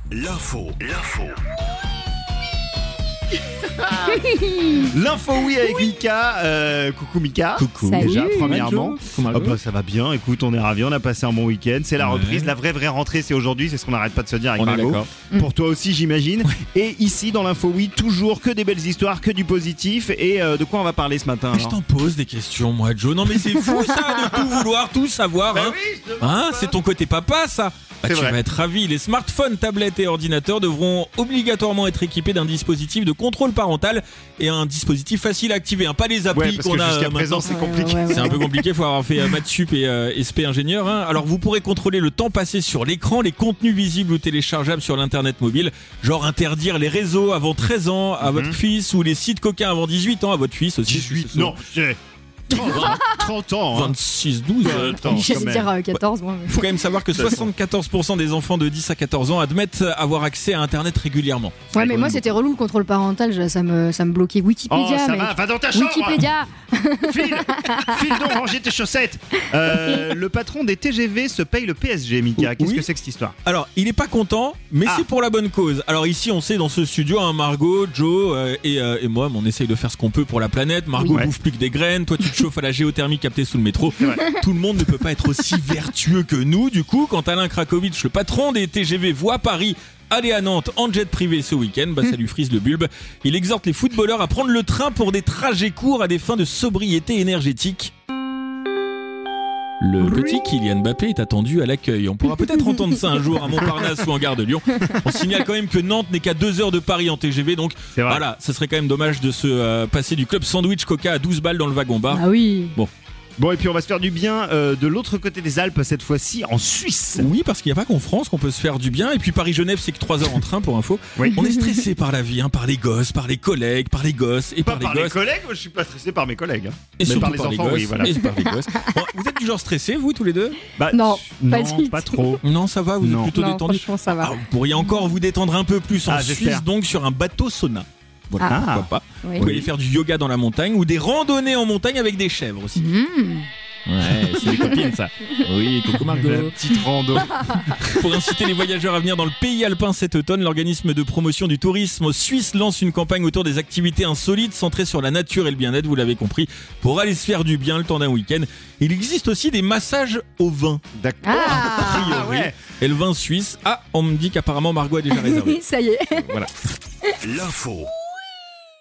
L'info. L'info oui avec Mika. Coucou Mika. Coucou. Salut. Déjà, premièrement. Margot. Oh bah, ça va bien, écoute, on est ravis, on a passé un bon week-end. C'est la reprise, la vraie rentrée, c'est aujourd'hui, c'est ce qu'on n'arrête pas de se dire avec On est Margot. d'accord. Pour toi aussi, j'imagine. Et ici, dans l'info oui, toujours que des belles histoires, que du positif. Et de quoi on va parler ce matin Mais je t'en pose des questions, moi, Joe. Non, mais c'est fou, ça, de tout vouloir, tout savoir. Bah hein. oui, je demande Hein, pas. c'est ton côté papa, ça. Bah, C'est tu vrai. vas être ravi. Les smartphones, tablettes et ordinateurs devront obligatoirement être équipés d'un dispositif de contrôle parental et un dispositif facile à activer. Hein. Pas les applis Ouais, parce qu'on que a jusqu'à maintenant. présent, c'est compliqué. C'est un peu compliqué, il faut avoir fait maths sup et SP ingénieur. Hein. Alors vous pourrez contrôler le temps passé sur l'écran, les contenus visibles ou téléchargeables sur l'internet mobile, genre interdire les réseaux avant 13 ans à votre fils ou les sites coquins avant 18 ans à votre fils aussi. 18, non, c'est 30 ans. Hein. 26, 12. Attends, J'allais quand dire même. 14, moi. Il faut quand même savoir que 74% des enfants de 10 à 14 ans admettent avoir accès à internet régulièrement. Ouais, mais moi c'était relou le contrôle parental, ça me bloquait. Oh, Wikipédia, ça mec. va, va dans ta chambre. Wikipédia. File donc ranger tes chaussettes. Le patron des TGV se paye le PSG, Mika. Qu'est-ce Oui. que c'est que cette histoire? Alors, il est pas content, mais Ah. c'est pour la bonne cause. Alors ici, on sait dans ce studio, hein, Margot, Joe et moi, on essaye de faire ce qu'on peut pour la planète. Margot Oui. bouffe plus que des graines, toi tu te chauffes à la géothermie captée sous le métro. vrai. Tout le monde ne peut pas être aussi vertueux que nous. Du coup, quand Alain Krakowicz, le patron des TGV, voit Paris aller à Nantes en jet privé ce week-end, bah, ça lui frise le bulbe. Il exhorte les footballeurs à prendre le train pour des trajets courts à des fins de sobriété énergétique. Le petit Kylian Mbappé est attendu à l'accueil. On pourra peut-être entendre ça un jour à Montparnasse ou en gare de Lyon. On signale quand même que Nantes n'est qu'à 2 heures de Paris en TGV, donc C'est vrai. voilà, ce serait quand même dommage de se passer du club sandwich Coca à 12 balles dans le wagon-bar. Ah oui. Bon, et puis on va se faire du bien de l'autre côté des Alpes, cette fois-ci en Suisse. Oui, parce qu'il n'y a pas qu'en France qu'on peut se faire du bien. Et puis Paris-Genève, c'est que 3 heures en train pour info. Oui. On est stressé par la vie, hein, par les gosses, par les collègues, par les gosses et Pas par par les les gosses. collègues, moi je suis pas stressé par mes collègues. Hein. Et Mais surtout par les enfants, gosses. oui, voilà. Et par les gosses. Bon, vous êtes du genre stressé, vous, tous les deux? Bah, Non, pas non, du tout. pas trop. Non, ça va, vous êtes Non. plutôt Non, détendu. franchement, ça va. Ah, vous pourriez encore vous détendre un peu plus en Ah, Suisse, j'espère. donc sur un bateau sauna. Voilà, Ah. pourquoi pas. Oui. Vous pouvez aller faire du yoga dans la montagne ou des randonnées en montagne avec des chèvres aussi. Mmh. Ouais, c'est des copines ça. Oui, coucou Margot. La petite rando. Pour inciter les voyageurs à venir dans le pays alpin cet automne, l'organisme de promotion du tourisme suisse lance une campagne autour des activités insolites centrées sur la nature et le bien-être, vous l'avez compris, pour aller se faire du bien le temps d'un week-end. Il existe aussi des massages au vin, D'accord. Ah. a priori. ouais. Et le vin suisse, on me dit qu'apparemment Margot a déjà réservé. Ça y est. Voilà. L'info.